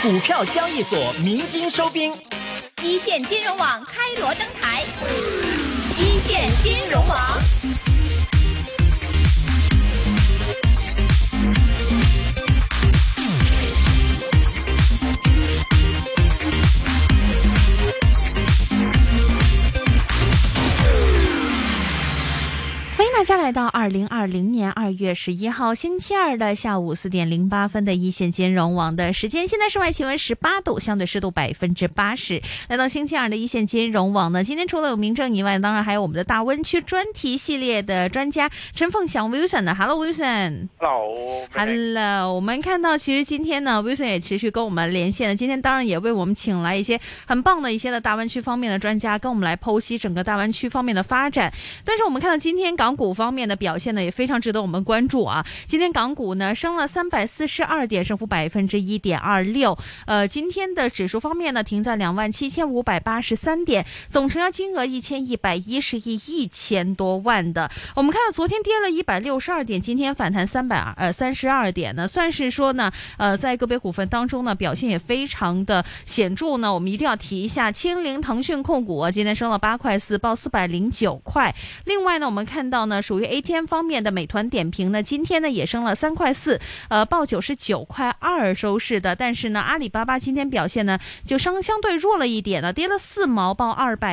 股票交易所鸣金收兵， 一线金融网开锣登台，一线金融网。 欢迎大家来到2020年2月11号星期二的下午4点08分的一线金融网的时间。现在室外气温18度，相对湿度80%。来到星期二的一线金融网呢，今天除了有明正以外，当然还有我们的大湾区专题系列的专家陈凤翔 Wilson 的 Hello Wilson。Hello， 我们看到其实今天呢 Wilson 也持续跟我们连线了，今天当然也为我们请来一些很棒的一些的大湾区方面的专家，跟我们来剖析整个大湾区方面的发展。但是我们看到今天港股方面的表现呢，也非常值得我们关注啊。今天港股呢升了342点，升幅1.26%。今天的指数方面呢，停在27,583点，总成交金额1110亿1000多万的。我们看到昨天跌了162点，今天反弹332点呢，算是说呢，在个别股份当中呢，表现也非常的显著呢。我们一定要提一下，清零腾讯控股啊，今天升了8块4，报409块。另外呢，我们看到呢，属于 ATM 方面的美团点评呢，今天呢也升了3块4，报99块2收市的。但是呢，阿里巴巴今天表现呢就相对弱了一点呢，跌了4毛，报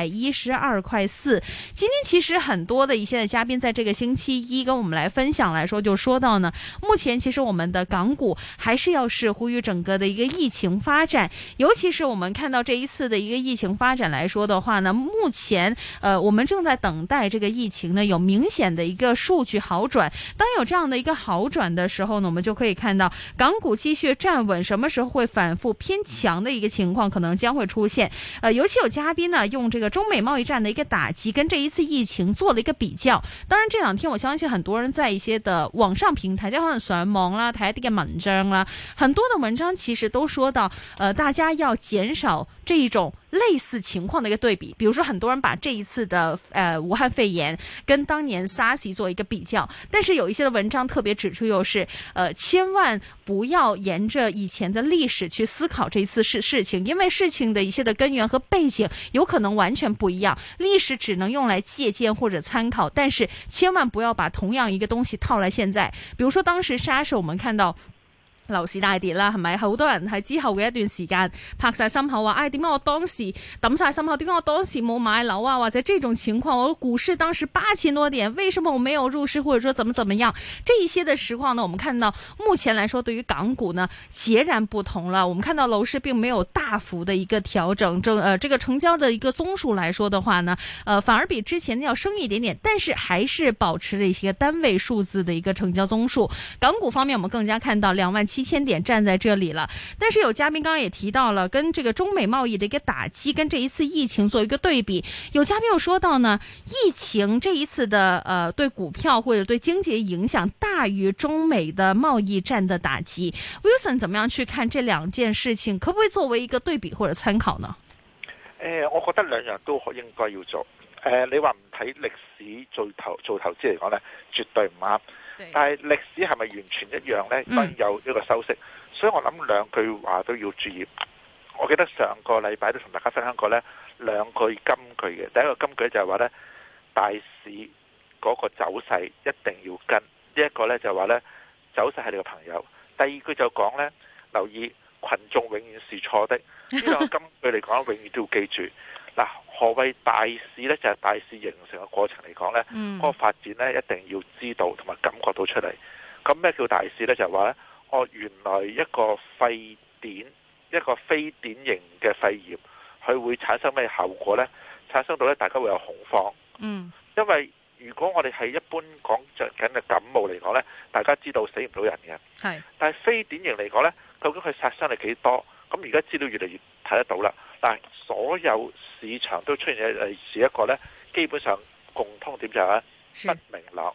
212块4。今天其实很多的一些的嘉宾在这个星期一跟我们来分享来说，就说到呢，目前其实我们的港股还是要视乎于整个的一个疫情发展，尤其是我们看到这一次的一个疫情发展来说的话呢，目前我们正在等待这个疫情呢有明显的一个数据好转。当有这样的一个好转的时候呢，我们就可以看到港股继续站稳，什么时候会反复偏强的一个情况可能将会出现。尤其有嘉宾呢用这个中美贸易战的一个打击跟这一次疫情做了一个比较。當然這兩天我相信很多人在一些的網上平台，即係可能上網啦，睇一啲嘅文章啦，很多的文章其實都說到，大家要減少這一種類似情況的一個對比。比如說很多人把這一次的武漢肺炎跟當年 SARS 做一個比較，但是有一些的文章特別指出又是，千萬不要沿着以前的歷史去思考這一次事情，因為事情的一些的根源和背景有可能完全不一樣，歷史只能用來借鑑或者參考，但是千萬不要把同樣一個東西套來現在。比如說當時 SARS 我們看到樓市大跌啦，係咪？好多人喺之後嘅一段時間拍晒心口話，哎，點解我當時抌晒心口？點解我當時冇買樓啊？或者這種情況，我股市當時8000多點，為什麼我沒有入市，或者說怎麼樣？這一些的實況呢，我們看到目前來說，對於港股呢截然不同了。我們看到樓市並沒有大幅的一個調整，這個成交的一個宗數來說的話呢，反而比之前要升一點點，但是還是保持了一些單位數字的一個成交宗數。港股方面，我們更加看到27000點站在這裡了。但是有嘉賓剛剛也提到了，跟這個中美貿易的一個打擊，跟這一次疫情做一個對比。有嘉賓又說到呢，疫情這一次的對股票或者對經濟影響大於中美的貿易戰的打擊。Wilson 怎麼樣去看這兩件事情？可不可以作為一個對比或者參考呢？ 我覺得兩樣都應該要做。你話唔睇歷史做投資嚟講呢，絕對唔啱。但係歷史係咪完全一樣呢？當然有一個修飾，所以我諗兩句話都要注意。我記得上個禮拜都同大家分享過呢兩句金句嘅。第一個金句就係話呢，大市嗰個走勢一定要跟。呢一個呢就係話呢，走勢係你個朋友。第二句就講呢，留意群眾永遠是錯的。呢兩個金句嚟講，永遠都要記住。嗱，何謂大市呢？就係大市形成嘅過程嚟講呢，嗰個發展呢，一定要知道同埋感覺到出嚟。咁咩叫大市呢？就係話呢，原來一個非典型嘅肺炎，佢會產生咩後果呢？產生到呢，大家會有恐慌。因為如果我哋係一般講着緊嘅感冒嚟講呢，大家知道死唔到人嘅。但係非典型嚟講呢，究竟佢殺傷力幾多？咁而家資料越嚟越睇得到啦。但係所有市場都出現嘅是一個呢，基本上共通點就係不明朗。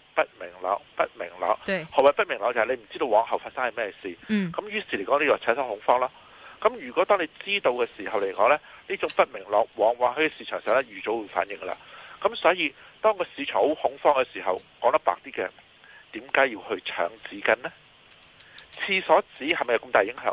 何謂不明朗？就係你唔知道往後發生係咩事。咁於是嚟講呢個產生恐慌啦。咁如果當你知道嘅時候嚟講呢，呢種不明朗往往喺市場上呢預早會反應㗎啦。咁所以當個市場好恐慌嘅時候，講得白啲嘅，點解要去搶紙巾呢？廁所紙係咪有咁大影響呢？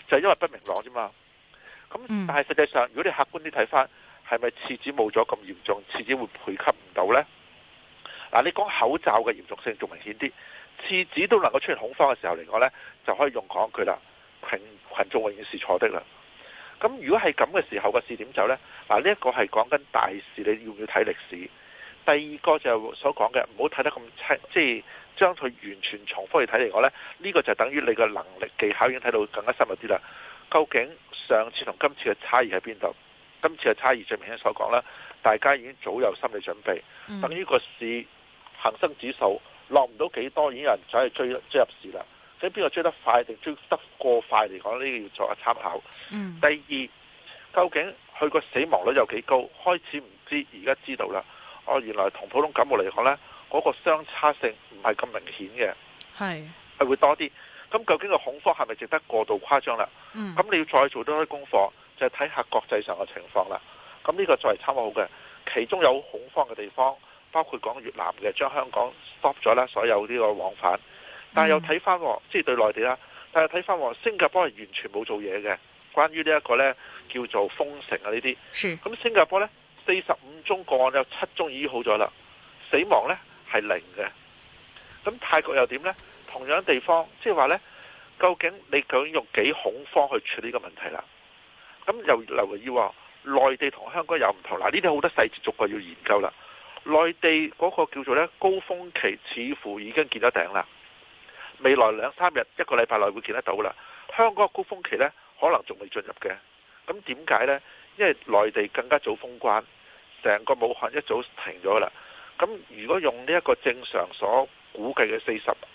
就係因為不明朗啫嘛。咁但係實際上，如果你客觀啲睇翻，係咪廁紙冇咗咁嚴重？廁紙會配給唔到呢？嗱，你講口罩嘅嚴重性仲明顯啲，廁紙都能夠出現恐慌嘅時候嚟講呢，就可以用講句啦，群眾永遠是錯的啦。咁如果係咁嘅時候，個市點走呢？嗱，呢一個係講緊大事，你要唔要睇歷史？第二個就所講嘅，唔好睇得咁清，即係將佢完全重複去睇嚟講呢，呢個就等於你嘅能力技巧已經睇到更加深入啲啦。究竟上次同今次嘅差異喺邊度？今次嘅差異最明顯所講啦，大家已經早有心理準備，等於個市恒生指數落唔到幾多，已經有人走去追入市啦。咁邊個追得快定追得過快嚟講，呢個要作下參考。第二，究竟佢個死亡率有幾高？開始唔知，而家知道啦。原來同普通感冒嚟講呢，嗰個相差性唔係咁明顯嘅，係會多啲。咁究竟個恐慌係咪值得過度誇張啦？咁你要再做多啲功課，就係睇下國際上嘅情況啦。咁呢個作為參考好嘅，其中有恐慌嘅地方，包括講越南嘅將香港 stop 咗啦，所有呢個往返。但係又睇翻，即係對內地啦。但係睇翻新加坡係完全冇做嘢嘅，關於呢一個呢叫做封城啊呢啲。咁新加坡呢，45宗個案有7宗已經好咗啦，死亡呢係0嘅。咁泰國又點呢？同樣地方，即係話呢，究竟你究竟用幾恐慌去處理呢個問題啦？咁又留意話，內地同香港有唔同。嗱，呢啲好多細節逐個要研究啦。內地嗰個叫做呢高峰期似乎已經見咗頂啦，未來2、3日1個禮拜內會見得到啦。香港嘅高峰期呢，可能仲未進入嘅。咁點解呢？因為內地更加早封關，成個武漢一早停咗啦。咁如果用呢一個正常所估計嘅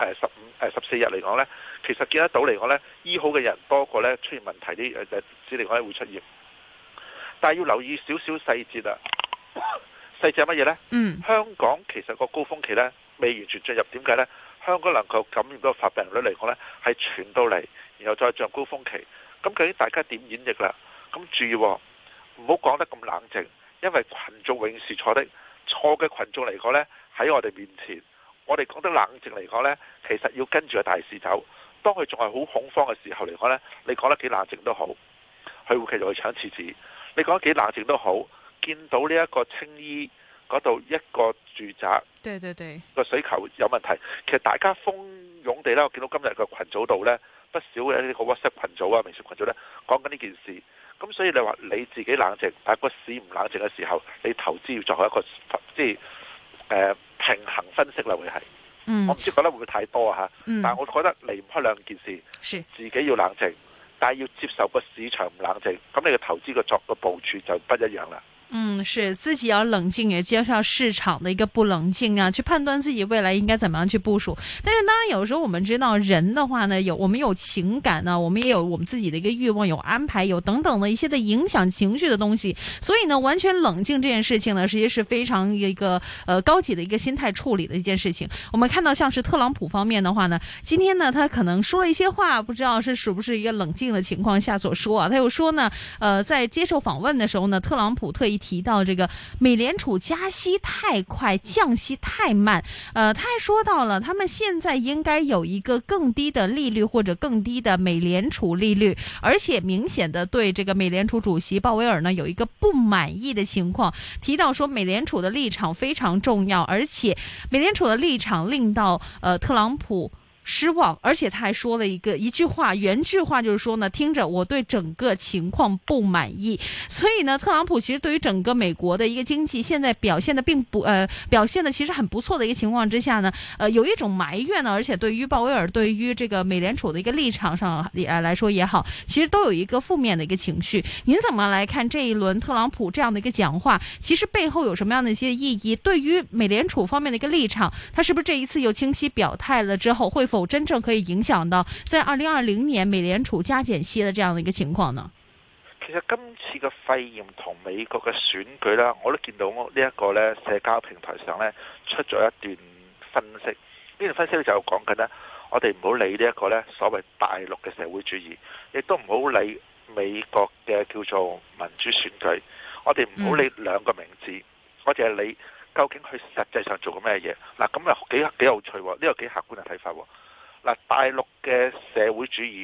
14日嚟講呢，其實見得到嚟講呢，醫好嘅人多過呢出現問題啲指嚟講會出現。但係要留意少少細節啦。細節係乜嘢呢？香港其實個高峰期呢未完全進入，點解呢？香港能夠感染到發病率嚟講呢，係傳到嚟，然後再進入高峰期。咁究竟大家點演繹啦？咁注意，唔好講得咁冷靜，因為群眾永遠是錯的。錯嘅群眾嚟講呢，喺我哋面前，我哋講得冷靜嚟講呢，其實要跟住個大市走。當佢仲係好恐慌嘅時候嚟講呢，你講得幾冷靜都好，佢會繼續去搶廁紙。你講得幾冷靜都好，見到呢一個青衣嗰度一個住宅，個水球有問題。其實大家蜂擁地呢，我見到今日個群組度呢，不少嘅一個 WhatsApp 群組啊、微信群組呢，講緊呢件事。咁所以你話你自己冷靜，但係個市唔冷靜嘅時候，你投資要作一個即係平衡分析啦，會係。我唔知覺得會唔會太多啊嚇，但係我覺得離唔開兩件事，自己要冷靜，但係要接受個市場唔冷靜，咁你嘅投資個作個部署就不一樣啦。 是自己要冷靜，也接受市場的一個不冷靜啊，去判斷自己未來應該怎麼樣去部署。但是當然，有時候我們知道人的話呢，我們有情感呢，我們也有我們自己的一個慾望，有安排，有等等的一些的影響情緒的東西。所以呢，完全冷靜這件事情呢，實際是非常一個高級的一個心態處理的一件事情。我們看到像是特朗普方面的話呢，今天呢，他可能說了一些話，不知道是屬不是一個冷靜的情況下所說啊。他又說呢，在接受訪問的時候呢，特朗普特意提到這個美聯儲加息太快，降息太慢。他還說到了，他們現在應該有一個更低的利率或者更低的美聯儲利率，而且明顯的對這個美聯儲主席鮑威爾呢有一個不滿意的情況，提到說美聯儲的立場非常重要，而且美聯儲的立場令到特朗普失望，而且他還說了一句話，原句話就是說呢，聽着我對整個情況不滿意。所以呢，特朗普其實對於整個美國的一個經濟現在表現的並不表現的其實很不錯的一個情況之下呢，有一種埋怨呢，而且對於鮑威爾對於這個美聯儲的一個立場上來說也好，其實都有一個負面的一個情緒。您怎麼來看這一輪特朗普這樣的一個講話？其實背後有什麼樣的一些意義？對於美聯儲方面的一個立場，他是不是這一次又清晰表態了之後會否真正可以影響到在2020年美聯儲加減息的這樣的一個情況呢？ 其實今次嘅肺炎同美國嘅選舉啦，我都見到呢一個呢社交平台上呢出咗一段分析。呢段分析就講緊呢，我哋唔好理呢一個呢所謂大陸嘅社會主義，亦都唔好理美國嘅叫做民主選舉。我哋唔好理兩個名字，我哋係理究竟佢實際上做過咩嘢。嗱，咁啊幾有趣喎，呢個幾客觀嘅睇法喎。嗱，大陸嘅社會主義，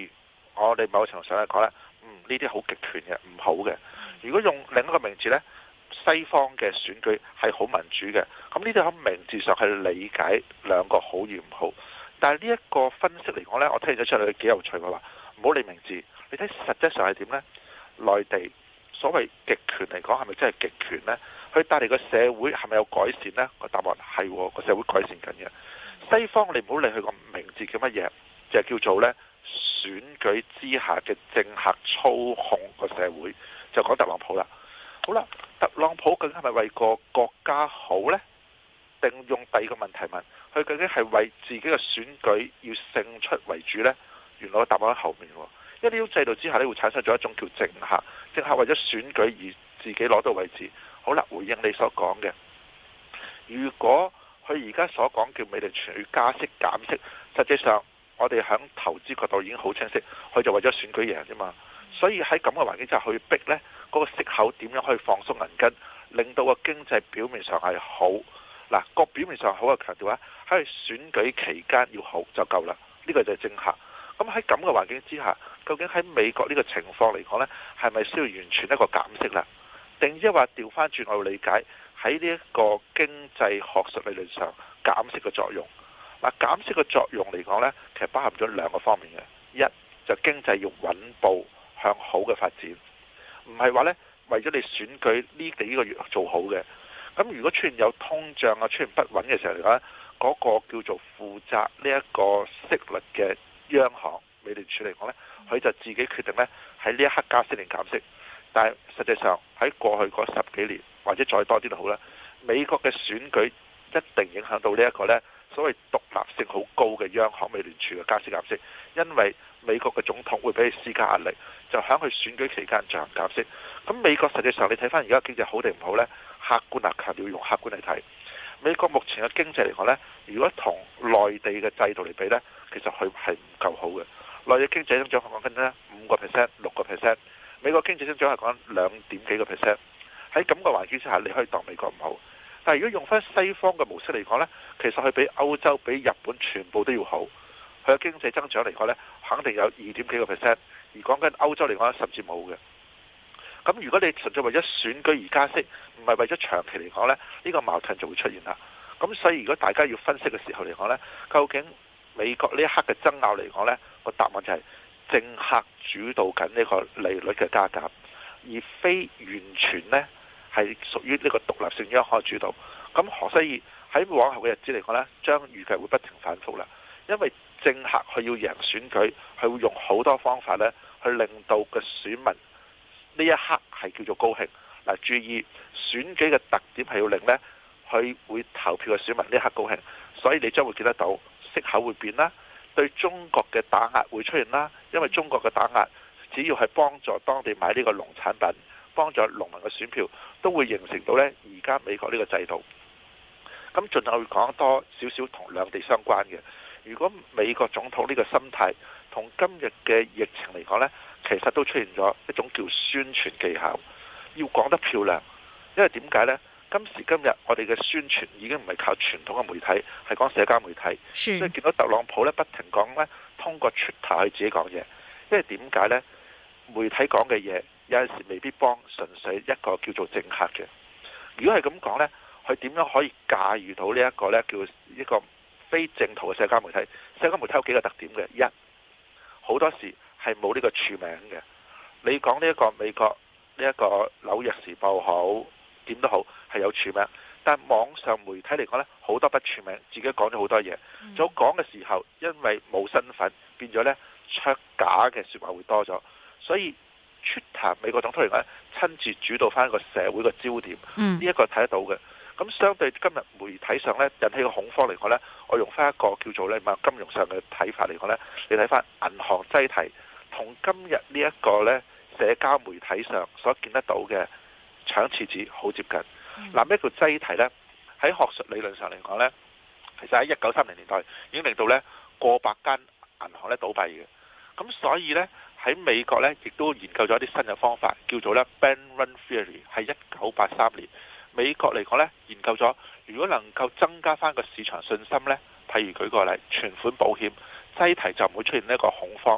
我哋某程度上嚟講呢，呢啲好極權嘅，唔好嘅。如果用另一個名字呢，西方嘅選舉係好民主嘅，咁呢啲喺名字上係理解兩個好與唔好。但係呢一個分析嚟講呢，我聽咗出嚟幾有趣嘅話，唔好理名字，你睇實質上係點呢？內地所謂極權嚟講係咪真係極權呢？佢帶嚟個社會係咪有改善呢？個答案係個社會改善緊嘅。西方你唔好理佢個名字叫乜嘢，就叫做呢選舉之下嘅政客操控個社會，就講特朗普啦。好啦，特朗普究竟係咪為個國家好呢？定用第二個問題問佢究竟係為自己嘅選舉要勝出為主呢？原來個答案喺後面喎。因為呢種制度之下呢，會產生咗一種叫政客，政客為咗選舉而自己攞到位置。好啦，回應你所講嘅，如果佢而家所講叫美聯儲加息減息，實際上我哋喺投資角度已經好清晰，佢就為咗選舉贏啫嘛。所以喺咁嘅環境之下，去逼呢嗰個息口點樣可以放鬆銀根，令到個經濟表面上係好。嗱，個表面上好嘅強調喺選舉期間要好就夠啦。呢個就係政客。咁喺咁嘅環境之下，究竟喺美國呢個情況嚟講呢，係咪需要完全一個減息啦？定即係話調翻轉我要理解喺呢一個經濟學術理論上減息嘅作用。嗱，減息嘅作用嚟講呢，其實包含咗兩個方面嘅。一就經濟要穩步向好嘅發展，唔係話呢為咗你選舉呢幾個月做好嘅。咁如果出現有通脹啊，出現不穩嘅時候嚟講，嗰個叫做負責呢一個息率嘅央行美聯儲嚟講呢，佢就自己決定呢喺呢一刻加息定減息。但係實際上喺過去嗰10幾年或者再多啲都好啦，美國嘅選舉一定影響到呢一個呢所謂獨立性好高嘅央行美聯儲嘅加息減息，因為美國嘅總統會俾佢施加壓力，就喺佢選舉期間進行減息。咁美國實際上你睇翻而家經濟好定唔好呢？客觀啊，強調用客觀嚟睇。美國目前嘅經濟嚟講呢，如果同內地嘅制度嚟比呢，其實佢係唔夠好嘅。內地經濟增長講緊呢5%、6%，美國經濟增長係講2點幾個 percent。喺咁嘅環境之下，你可以當美國唔好。但係如果用翻西方嘅模式嚟講呢，其實佢比歐洲、比日本全部都要好。佢嘅經濟增長嚟講呢，肯定有2點幾個 percent。而講緊歐洲嚟講，甚至冇嘅。咁如果你純粹為咗選舉而加息，唔係為咗長期嚟講呢，呢個矛盾就會出現啦。咁所以如果大家要分析嘅時候嚟講呢，究竟美國呢一刻嘅爭拗嚟講呢，個答案就係政客主導緊呢個利率嘅加減，而非完全呢係屬於呢個獨立性央行主導。咁所以喺往後嘅日子嚟講呢，將預計會不停反覆啦。因為政客佢要贏選舉，佢會用好多方法呢去令到個選民呢一刻係叫做高興。嗱，注意選舉嘅特點係要令呢佢會投票嘅選民呢一刻高興，所以你將會見得到息口會變啦，對中國嘅打壓會出現啦。因為中國嘅打壓只要係幫助當地買呢個農產品，幫助農民嘅選票，都會形成到呢而家美國呢個制度。咁盡量會講多少少同兩地相關嘅。如果美國總統呢個心態同今日嘅疫情嚟講呢，其實都出現咗一種叫宣傳技巧，要講得漂亮。因為點解呢？今時今日我哋嘅宣傳已經唔係靠傳統嘅媒體，係講社交媒體。所以見到特朗普呢不停講呢，通過 Twitter 去自己講嘢。因為點解呢？媒體講嘅嘢有陣時未必幫純粹一個叫做政客嘅。如果係咁講呢，佢點樣可以駕馭到呢一個呢叫一個非正途嘅社交媒體？社交媒體有幾個特點嘅。一，好多時係冇呢個署名嘅。你講呢一個美國呢一個紐約時報好點都好係有署名，但係網上媒體嚟講呢，好多不署名，自己講咗好多嘢。早講嘅時候，因為冇身份，變咗呢出假嘅説話會多咗。所以 Twitter 美國總統嚟講，親自主導翻一個社會嘅焦點，呢一個睇得到嘅。咁相對今日媒體上呢引起嘅恐慌嚟講呢，我用翻一個叫做呢金融上嘅睇法嚟講呢，你睇翻銀行擠提同今日呢一個呢社交媒體上所見得到嘅搶廁紙好接近。嗱，咩叫擠提呢？喺學術理論上嚟講呢，其實喺1930年代已經令到呢過百間銀行呢倒閉嘅。咁所以呢，喺美國呢亦都研究咗一啲新嘅方法，叫做呢 Bank Run Theory， 係1983年。美國嚟講呢，研究咗，如果能夠增加翻個市場信心呢，譬如舉個例，存款保險擠提就唔會出現呢一個恐慌。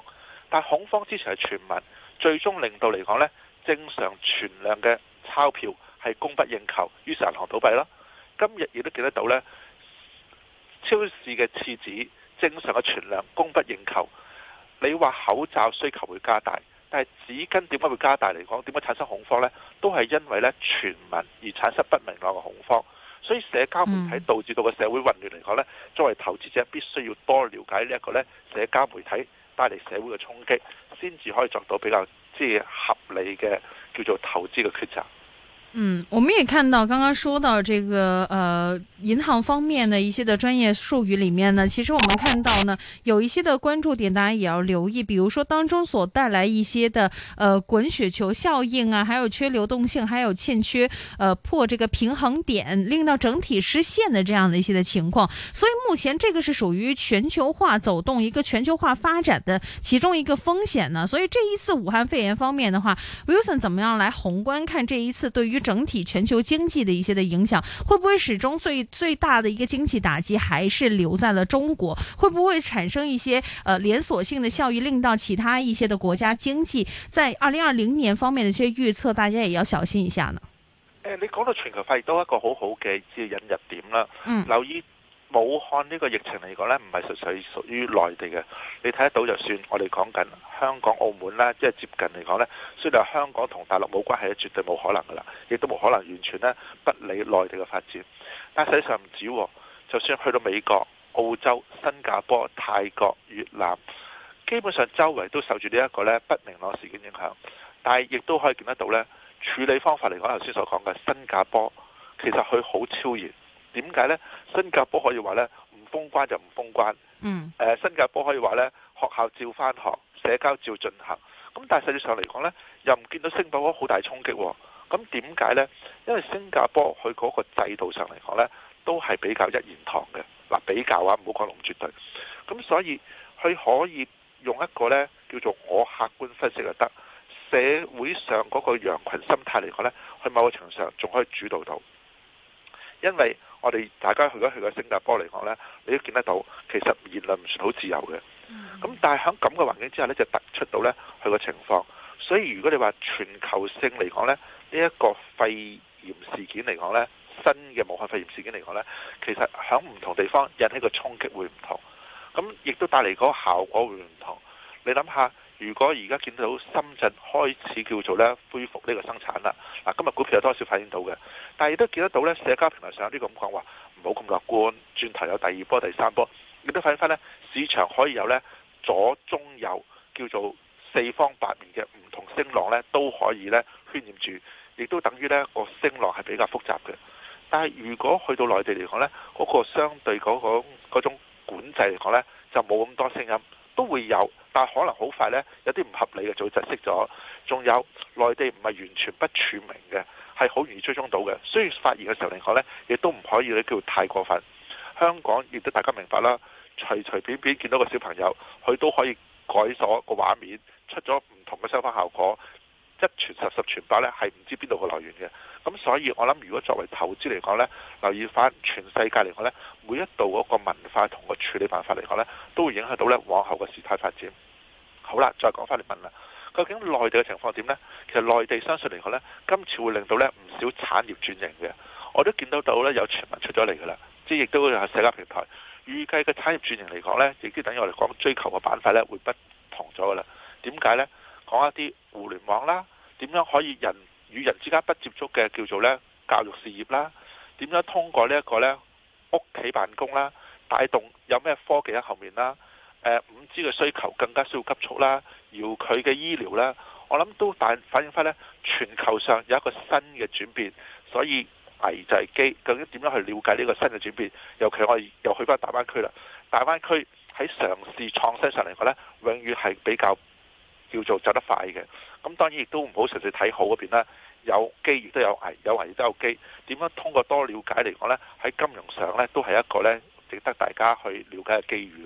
但恐慌之前係傳聞，最終令到嚟講呢，正常存量嘅鈔票係供不應求，於是銀行倒閉啦。今日亦都見得到呢，超市嘅廁紙正常嘅存量供不應求。你話口罩需求會加大，但係紙巾點解會加大嚟講？點解產生恐慌呢？都係因為呢傳聞而產生不明朗嘅恐慌。所以社交媒體導致到個社會混亂嚟講呢，作為投資者必須要多了解呢一個呢社交媒體帶嚟社會嘅衝擊，先至可以做到比較合理嘅叫做投資嘅抉擇。 我們也看到剛剛說到這個銀行方面的一些的專業術語裏面呢，其實我們看到呢有一些的關注點，大家也要留意，比如說當中所帶來一些的滾雪球效應啊，還有缺流動性，還有欠缺破這個平衡點，令到整體失陷的這樣的一些的情況。所以目前這個是屬於全球化走動，一個全球化發展的其中一個風險呢。所以這一次武漢肺炎方面的話，Wilson 怎麼樣來宏觀看這一次對於整體全球經濟的一些的影響，會不會始終最大的一個經濟打擊還是留在了中國？會不會產生一些連鎖性的效應，令到其他一些的國家經濟在2020年方面的一些預測，大家也要小心一下呢？ 你講到全球化亦都一個好好嘅引入點啦。留意武漢呢個疫情嚟講呢，唔係純粹屬於內地嘅。你睇得到，就算我哋講緊香港、澳門啦，即係接近嚟講呢，雖然香港同大陸冇關係，絕對冇可能噶啦，亦都冇可能完全呢不理內地嘅發展。但實際上唔止，就算去到美國、澳洲、新加坡、泰國、越南，基本上周圍都受住呢一個呢不明朗事件影響。但係亦都可以見得到呢，處理方法嚟講，頭先所講嘅新加坡，其實佢好超然。點解呢？新加坡可以話呢，唔封關就唔封關。新加坡可以話呢，學校照返學，社交照進行。咁但係實際上嚟講呢，又唔見到新加坡好大衝擊。咁點解呢？因為新加坡佢嗰個制度上嚟講呢，都係比較一言堂嘅。嗱，比較啊，唔好講咁絕對。咁所以佢可以用一個呢叫做我客觀分析就得。社會上嗰個羊群心態嚟講呢，去某個程度上仲可以主導到。因為我哋大家去過新加坡嚟講呢，你都見得到，其實言論唔算好自由嘅。咁但係喺咁嘅環境之下呢，就突出到呢佢個情況。所以如果你話全球性嚟講呢，呢一個肺炎事件嚟講呢，新嘅武漢肺炎事件嚟講呢，其實喺唔同地方引起個衝擊會唔同，咁亦都帶嚟嗰個效果會唔同。你諗下，如果而家見到深圳開始叫做呢恢復呢個生產啦，嗱，今日股票有多少反映到嘅？但係亦都見得到呢，社交平台上有啲咁講話，唔好咁樂觀，轉頭有第二波、第三波，亦都反映翻呢市場可以有呢左中右叫做四方八面嘅唔同聲浪呢都可以呢渲染住，亦都等於呢個聲浪係比較複雜嘅。但係如果去到內地嚟講呢，嗰個相對嗰種管制嚟講呢，就冇咁多聲音，都會有，但係可能好快呢，有啲唔合理嘅就會窒息咗。仲有內地唔係完全不署名嘅，係好容易追蹤到嘅。雖然發現嘅時候嚟講呢，亦都唔可以咧叫太過分。香港亦都大家明白啦，隨隨便便見到個小朋友，佢都可以改鎖個畫面，出咗唔同嘅收翻效果，一傳十，十傳百呢，係唔知邊度嘅來源嘅。咁所以我諗，如果作為投資嚟講呢，留意翻全世界嚟講呢，每一度嗰個文化同個處理辦法嚟講呢，都會影響到呢往後嘅事態發展。好啦，再講翻嚟問啦，究竟內地嘅情況點呢？其實內地相信嚟講呢，今次會令到呢唔少產業轉型嘅。我都見到呢有傳聞出咗嚟㗎啦，即係亦都係社交平台預計嘅產業轉型嚟講呢，亦都等於我哋講追求嘅板塊呢會不同咗㗎啦。點解呢？講一啲互聯網啦，點樣可以人與人之間不接觸嘅叫做呢教育事業啦，點樣通過呢一個呢屋企辦公啦，帶動有咩科技喺後面啦，5G 嘅需求更加需要急速啦，遙距嘅醫療啦，我諗都反映翻呢全球上有一個新嘅轉變，所以危就係機，究竟點樣去了解呢個新嘅轉變？尤其我哋又去翻大灣區啦，大灣區喺嘗試創新上嚟講呢，永遠係比較叫做走得快嘅。咁當然亦都唔好純粹睇好嗰邊啦，有機亦都有危，有危亦都有機。點樣通過多了解嚟講呢？喺金融上呢，都係一個呢值得大家去了解嘅機遇啦。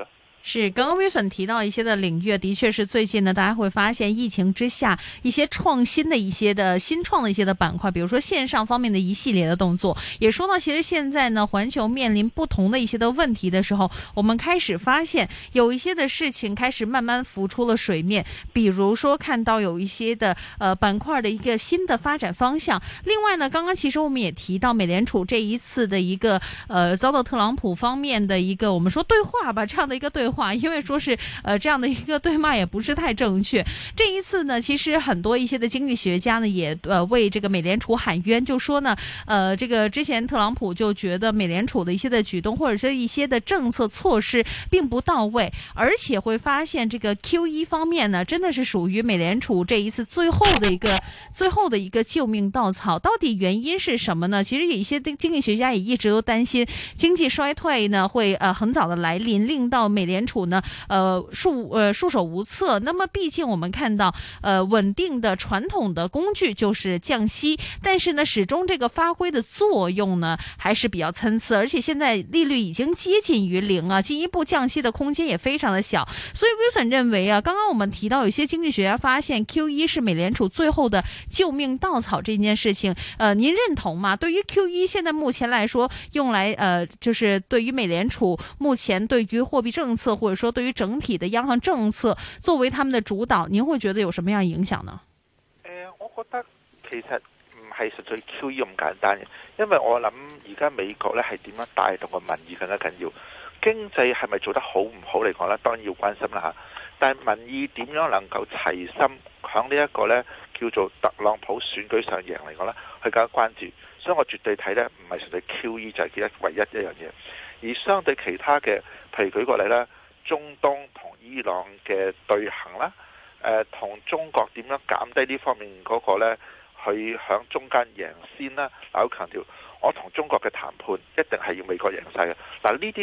是，剛剛 Wilson 提到一些的領域，的確是最近呢，大家會發現疫情之下一些創新的一些的新創的一些的板塊，比如說線上方面的一系列的動作。也說到，其實現在呢，環球面臨不同的一些的問題的時候，我們開始發現有一些的事情開始慢慢浮出了水面，比如說看到有一些的板塊的一個新的發展方向。另外呢，剛剛其實我們也提到美聯儲這一次的一個遭到特朗普方面的一個我們說對話吧，這樣的一個對話。因為說是這樣的一個對罵也不是太正確。這一次呢，其實很多一些的經濟學家呢也為這個美聯儲喊冤，就說呢這個之前特朗普就覺得美聯儲的一些的舉動或者是一些的政策措施並不到位，而且會發現這個 QE 方面呢真的是屬於美聯儲這一次最後的一個救命稻草。到底原因是什麼呢？其實有一些的經濟學家也一直都擔心經濟衰退呢會很早的來臨，令到美聯儲呢束手無策。那麼畢竟我們看到穩定的傳統的工具就是降息，但是呢始終這個發揮的作用呢還是比較參差，而且現在利率已經接近於零啊，進一步降息的空間也非常的小。所以 Wilson 認為啊，剛剛我們提到有些經濟學家發現 QE 是美聯儲最後的救命稻草這件事情，您認同嗎？對於 QE 現在目前來說用來就是對於美聯儲目前對於貨幣政策或者說對於整體的央行政策作為他們的主導，您會覺得有什麼樣影響呢？ 我覺得其實唔係純粹 QE 咁簡單嘅，因為我諗而家美國咧係點樣帶動個民意更加緊要。經濟係咪做得好唔好嚟講呢？當然要關心啦嚇。但係民意點樣能夠齊心響呢一個呢叫做特朗普選舉上贏嚟講呢，去更加關注。所以我絕對睇呢唔係純粹 QE 就係唯一一樣嘢，而相對其他嘅，譬如舉個例啦，中東同伊朗嘅對行啦，同中國點樣減低呢方面嗰個呢，去響中間贏先啦。嗱，好強調，我同中國嘅談判一定係要美國贏晒嘅。嗱，呢啲